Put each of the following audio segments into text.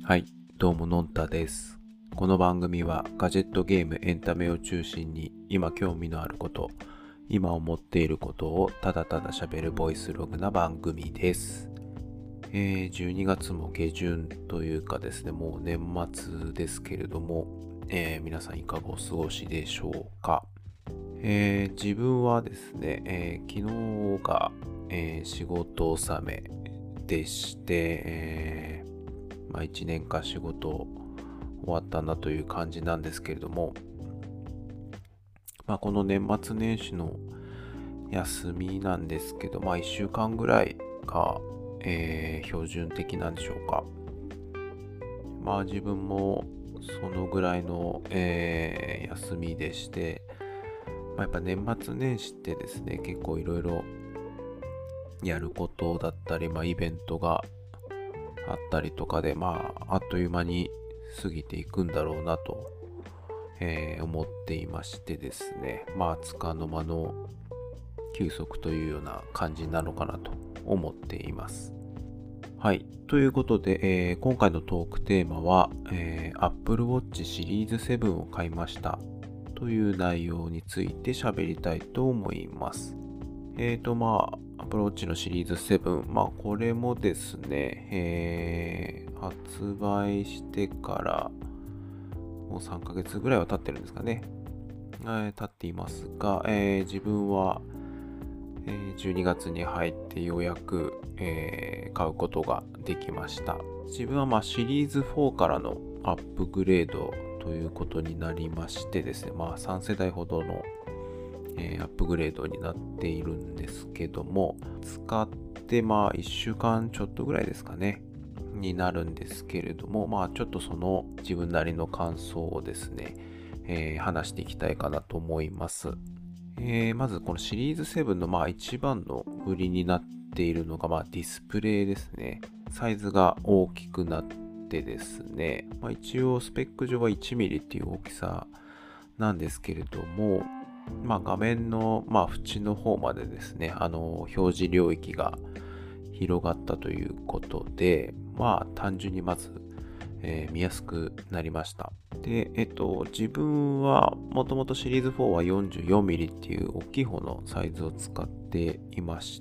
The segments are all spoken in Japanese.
はい、どうものんたです。この番組はガジェットゲームエンタメを中心に今興味のあること、今思っていることをただただ喋るボイスログな番組です。12月も下旬というかですね、もう年末ですけれども、皆さんいかがお過ごしでしょうか。自分はですね、昨日が、仕事納めでして、1年間仕事終わったなという感じなんですけれども、この年末年始の休みなんですけど、1週間ぐらいが、標準的なんでしょうか。自分もそのぐらいの、休みでして、やっぱ年末年始ってですね、結構いろいろやることだったり、イベントがあったりとかで、あっという間に過ぎていくんだろうなと、思っていましてですね、つかの間の休息というような感じなのかなと思っています。はい。ということで、今回のトークテーマは、Apple Watch シリーズ7を買いましたという内容について喋りたいと思います。Apple Watch のシリーズ7、これもですね、発売してからもう3ヶ月ぐらいは経ってるんですかね。経っていますが、自分は、12月に入ってようやく、買うことができました。自分はシリーズ4からのアップグレードということになりましてですね、3世代ほどの、アップグレードになっているんですけども、使って1週間ちょっとぐらいですかね、になるんですけれども、ちょっとその自分なりの感想をですね、話していきたいかなと思います。まずこのシリーズ7の一番の売りになっているのがディスプレイですね。サイズが大きくなってですね、一応スペック上は 1mm っていう大きさなんですけれども、画面の縁の方までですね、表示領域が広がったということで、単純にまず、見やすくなりました。で、自分はもともとシリーズ4は 44mm っていう大きい方のサイズを使っていまして、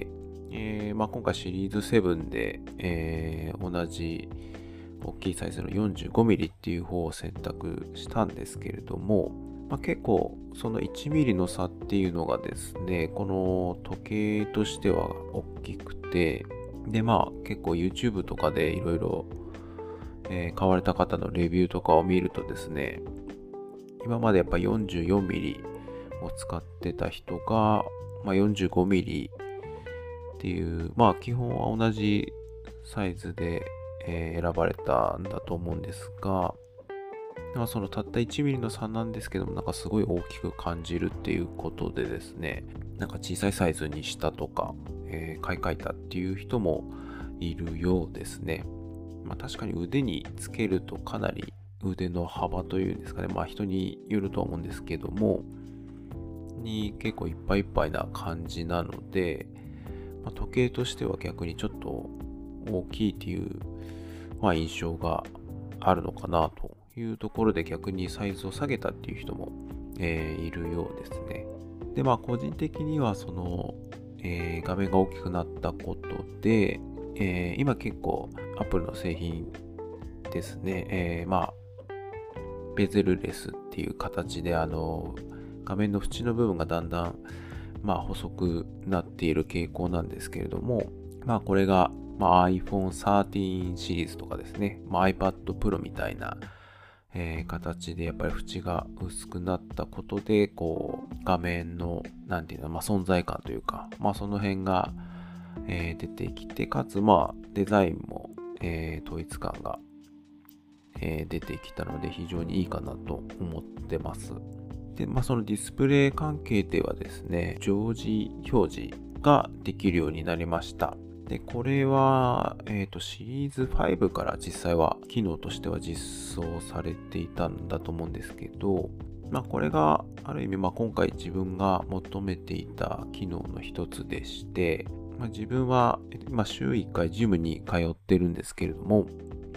今回シリーズ7で、同じ大きいサイズの 45mm っていう方を選択したんですけれども、結構その 1mm の差っていうのがですね、この時計としては大きくて、で結構 YouTube とかでいろいろ買われた方のレビューとかを見るとですね、今までやっぱ 44mm を使ってた人が、45mm っていう、基本は同じサイズで、選ばれたんだと思うんですが、そのたった 1mm の差なんですけども、すごい大きく感じるっていうことでですね、小さいサイズにしたとか、買い替えたっていう人もいるようですね。確かに腕につけるとかなり腕の幅というんですかね、人によるとは思うんですけども、に結構いっぱいいっぱいな感じなので、時計としては逆にちょっと大きいっていう、印象があるのかなというところで逆にサイズを下げたっていう人も、いるようですね。で、個人的にはその、画面が大きくなったことで、今結構 Apple の製品ですね、ベゼルレスっていう形で画面の縁の部分がだんだん細くなっている傾向なんですけれども、これが、iPhone 13シリーズとかですね、iPad Pro みたいな、形でやっぱり縁が薄くなったことで、画面の存在感というか、その辺が、出てきて、かつデザインも、統一感が、出てきたので非常にいいかなと思ってます。で、そのディスプレイ関係ではですね、常時表示ができるようになりました。で、これは、シリーズ5から実際は機能としては実装されていたんだと思うんですけど、これがある意味、今回自分が求めていた機能の一つでして、自分は、週1回ジムに通ってるんですけれども、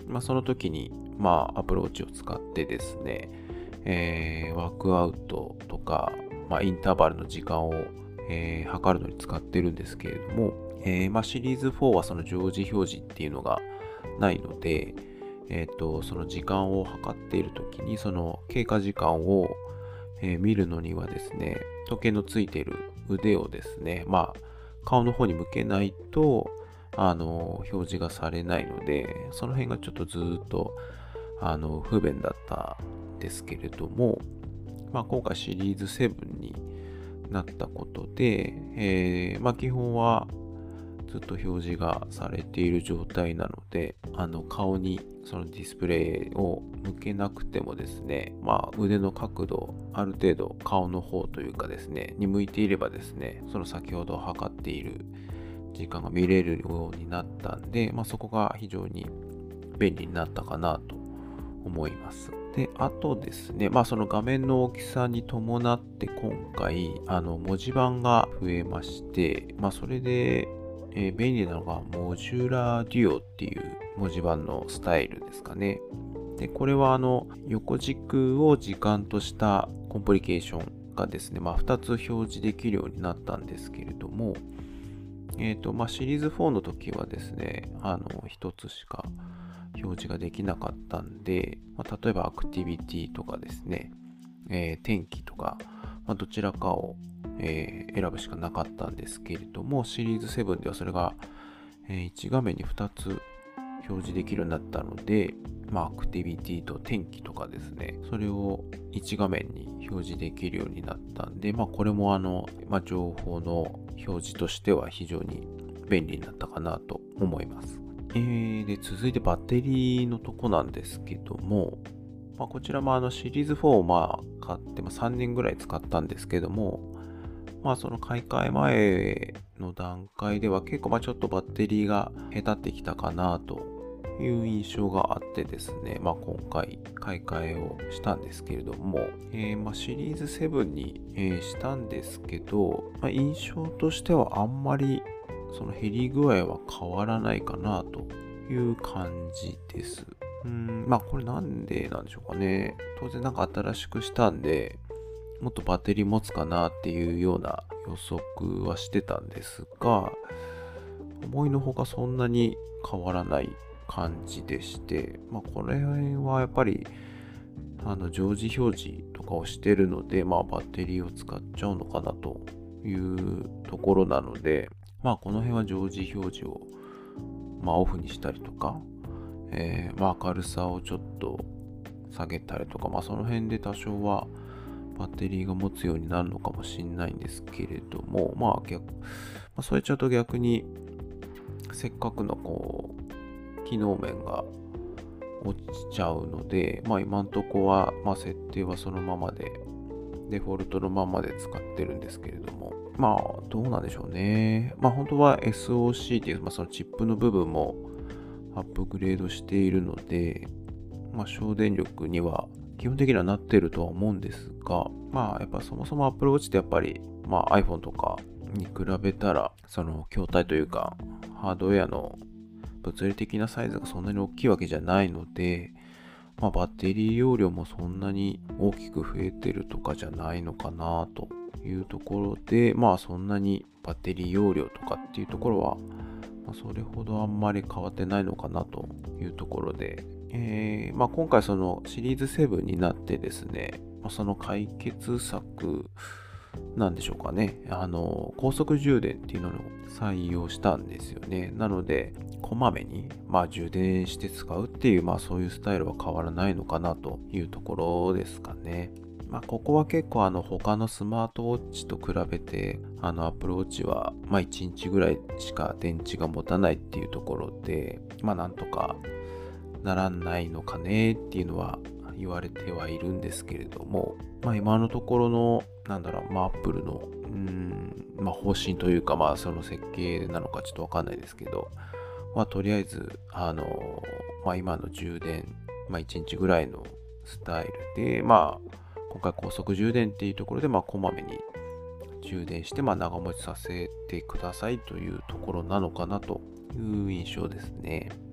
その時に、アプローチを使ってですね、ワークアウトとか、インターバルの時間を、測るのに使ってるんですけれども、シリーズ4はその常時表示っていうのがないので、その時間を測っている時にその経過時間を、見るのにはですね、時計のついている腕をですね、顔の方に向けないと表示がされないので、その辺がちょっとずっと不便だったんですけれども、今回シリーズ7になったことで、基本はずっと表示がされている状態なので、顔にそのディスプレイを向けなくてもですね、腕の角度、ある程度顔の方というかですね、に向いていればですね、その先ほど測っている時間が見れるようになったんで、そこが非常に便利になったかなと思います。で、あとですね、その画面の大きさに伴って今回、文字盤が増えまして、それで、便利なのがモジュラーデュオっていう文字盤のスタイルですかね。で、これは横軸を時間としたコンプリケーションがですね、2つ表示できるようになったんですけれども、シリーズ4の時はですね、1つしか表示ができなかったんで、例えばアクティビティとかですね、天気とか、どちらかを、選ぶしかなかったんですけれども、シリーズ7ではそれが、1画面に2つ表示できるようになったので、アクティビティと天気とかですね、それを1画面に表示できるようになったんで、これも情報の表示としては非常に便利になったかなと思います。で、続いてバッテリーのとこなんですけども、こちらもシリーズ4を買って3年ぐらい使ったんですけども、その買い替え前の段階では結構ちょっとバッテリーがへたってきたかなという印象があってですね、今回買い替えをしたんですけれども、シリーズ7に、したんですけど、印象としてはあんまりその減り具合は変わらないかなという感じです。これなんでなんでしょうかね。当然新しくしたんで、もっとバッテリー持つかなっていうような予測はしてたんですが、思いのほかそんなに変わらない感じでして、これはやっぱり常時表示とかをしてるので、バッテリーを使っちゃうのかなというところなので、この辺は常時表示をオフにしたりとか、明るさをちょっと下げたりとか、その辺で多少はバッテリーが持つようになるのかもしれないんですけれども、そうやっちゃうと逆にせっかくの機能面が落ちちゃうので、今んとこは、設定はそのままで、デフォルトのままで使ってるんですけれども、どうなんでしょうね。本当は SoC っていう、そのチップの部分もアップグレードしているので、省電力には基本的にはなってるとは思うんですが、やっぱそもそも Apple Watch ってやっぱり、iPhone とかに比べたら、その筐体というか、ハードウェアの物理的なサイズがそんなに大きいわけじゃないので、バッテリー容量もそんなに大きく増えてるとかじゃないのかなというところで、そんなにバッテリー容量とかっていうところは、それほどあんまり変わってないのかなというところで、今回そのシリーズ7になってですね、その解決策なんでしょうかね。高速充電っていうのを採用したんですよね。なので、こまめに、充電して使うっていう、そういうスタイルは変わらないのかなというところですかね。ここは結構他のスマートウォッチと比べて、Apple Watch は、1日ぐらいしか電池が持たないっていうところで、なんとかならないのかねっていうのは言われてはいるんですけれども、今のところの、Apple の、方針というか、その設計なのかちょっとわかんないですけど、とりあえず、今の充電、1日ぐらいのスタイルで、今回高速充電っていうところで、こまめに充電して、長持ちさせてくださいというところなのかなという印象ですね。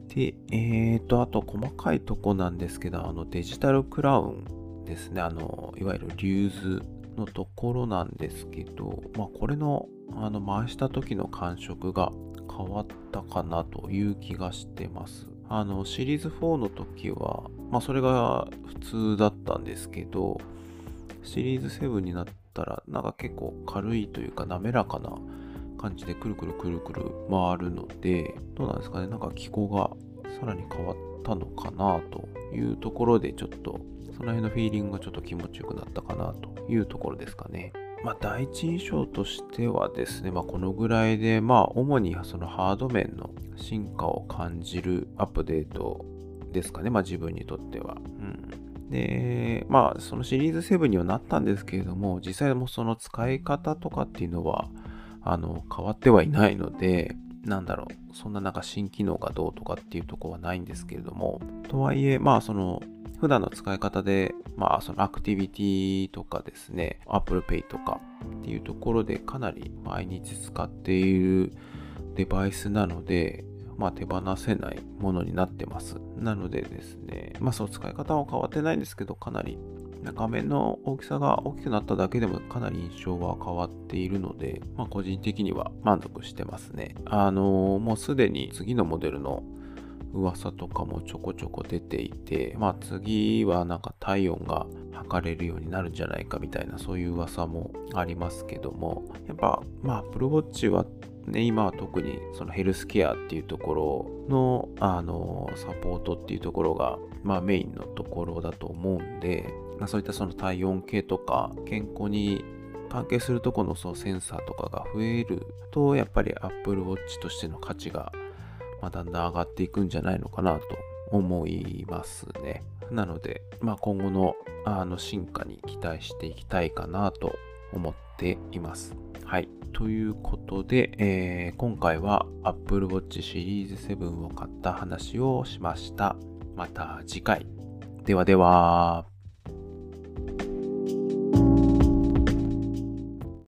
で、あと細かいとこなんですけど、デジタルクラウンですね。いわゆるリューズのところなんですけど、これの、回した時の感触が変わったかなという気がしてます。シリーズ4の時は、それが普通だったんですけど、シリーズ7になったら、なんか結構軽いというか滑らかな感じでくるくるくるくる回るので、どうなんですかね、なんか気候がさらに変わったのかなというところで、ちょっとその辺のフィーリングがちょっと気持ちよくなったかなというところですかね。第一印象としてはですね、このぐらいで、主にそのハード面の進化を感じるアップデートですかね、自分にとっては。で、そのシリーズ7にはなったんですけれども、実際もその使い方とかっていうのは、変わってはいないので、そんな新機能がどうとかっていうところはないんですけれども、とはいえ、その、普段の使い方で、そのアクティビティとかですね、Apple Pay とかっていうところでかなり毎日使っているデバイスなので、手放せないものになってます。なのでですね、その使い方は変わってないんですけど、かなり画面の大きさが大きくなっただけでもかなり印象は変わっているので、個人的には満足してますね。もうすでに次のモデルの噂とかもちょこちょこ出ていて、次は体温が測れるようになるんじゃないかみたいなそういう噂もありますけども、やっぱApple Watchはね、今は特にそのヘルスケアっていうところのサポートっていうところがメインのところだと思うんで、そういったその体温計とか健康に関係するところのそのセンサーとかが増えると、やっぱり Apple Watch としての価値がだんだん上がっていくんじゃないのかなと思いますね。なので、今後の進化に期待していきたいかなと思っています。はい。ということで、今回は Apple Watch シリーズ7を買った話をしました。また次回。ではでは。